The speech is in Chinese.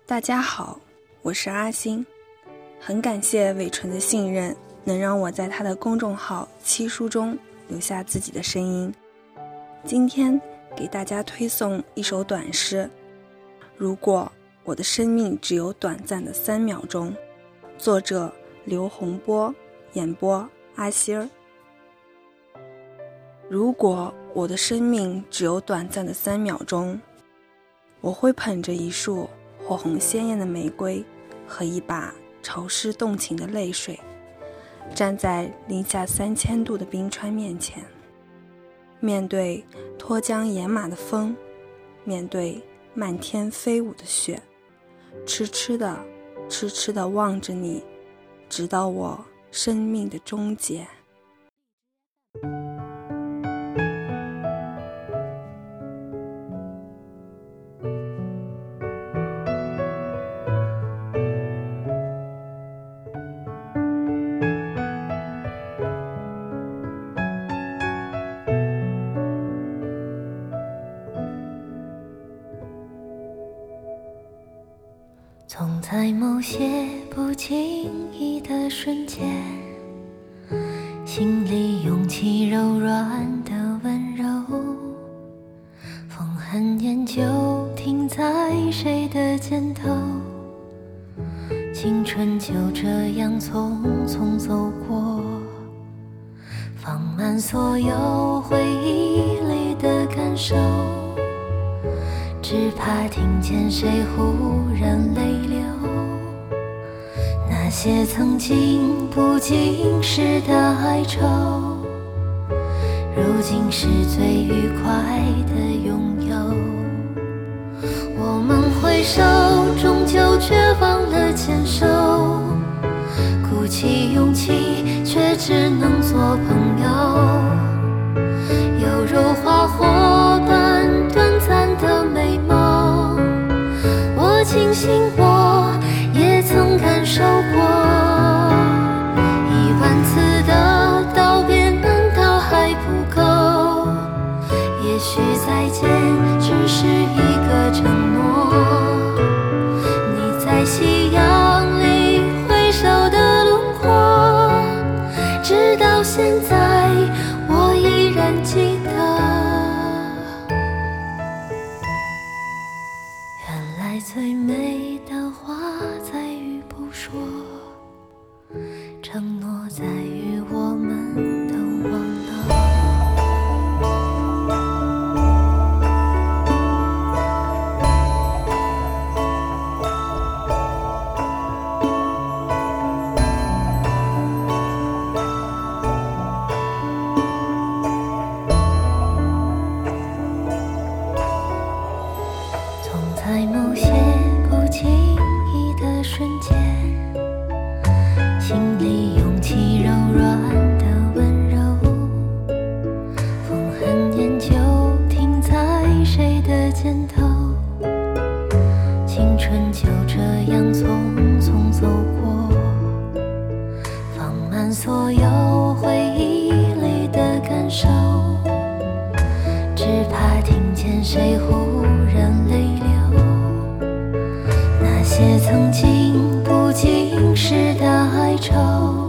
大家好，我是阿星，很感谢伟纯的信任，能让我在他的公众号七书中留下自己的声音。今天给大家推送一首短诗，如果我的生命只有短暂的3秒钟，作者刘洪波，演播阿希儿。如果我的生命只有短暂的3秒钟，我会捧着一束火红鲜艳的玫瑰和一把潮湿动情的泪水，站在零下3000度的冰川面前，面对脱缰野马的风，面对漫天飞舞的雪，痴痴地望着你，直到我生命的终结。 总在某些不经意的瞬间，心里涌起柔软的温柔，风很远就停在谁的肩头，青春就这样匆匆走过，放慢所有回忆里的感受，只怕听见谁忽然泪流，那些曾经不经事的哀愁，如今是最愉快的拥有。我们挥手，终究却忘了牵手，鼓起勇气，却只能做朋友，有如花火般短暂的美梦，我庆幸我也曾感受过10000次的道别，难道还不够？也许再见只是一个承诺，你在夕阳里挥手的轮廓，直到现在我依然记得。原来最美的话在于不说，承诺在于我们都忘了。在某些不经意的瞬间，心里涌起柔软的温柔，风很远就停在谁的肩头，青春就这样匆匆走过，放慢所有回忆里的感受，只怕听见谁忽然泪流，那些曾经不经事的哀愁，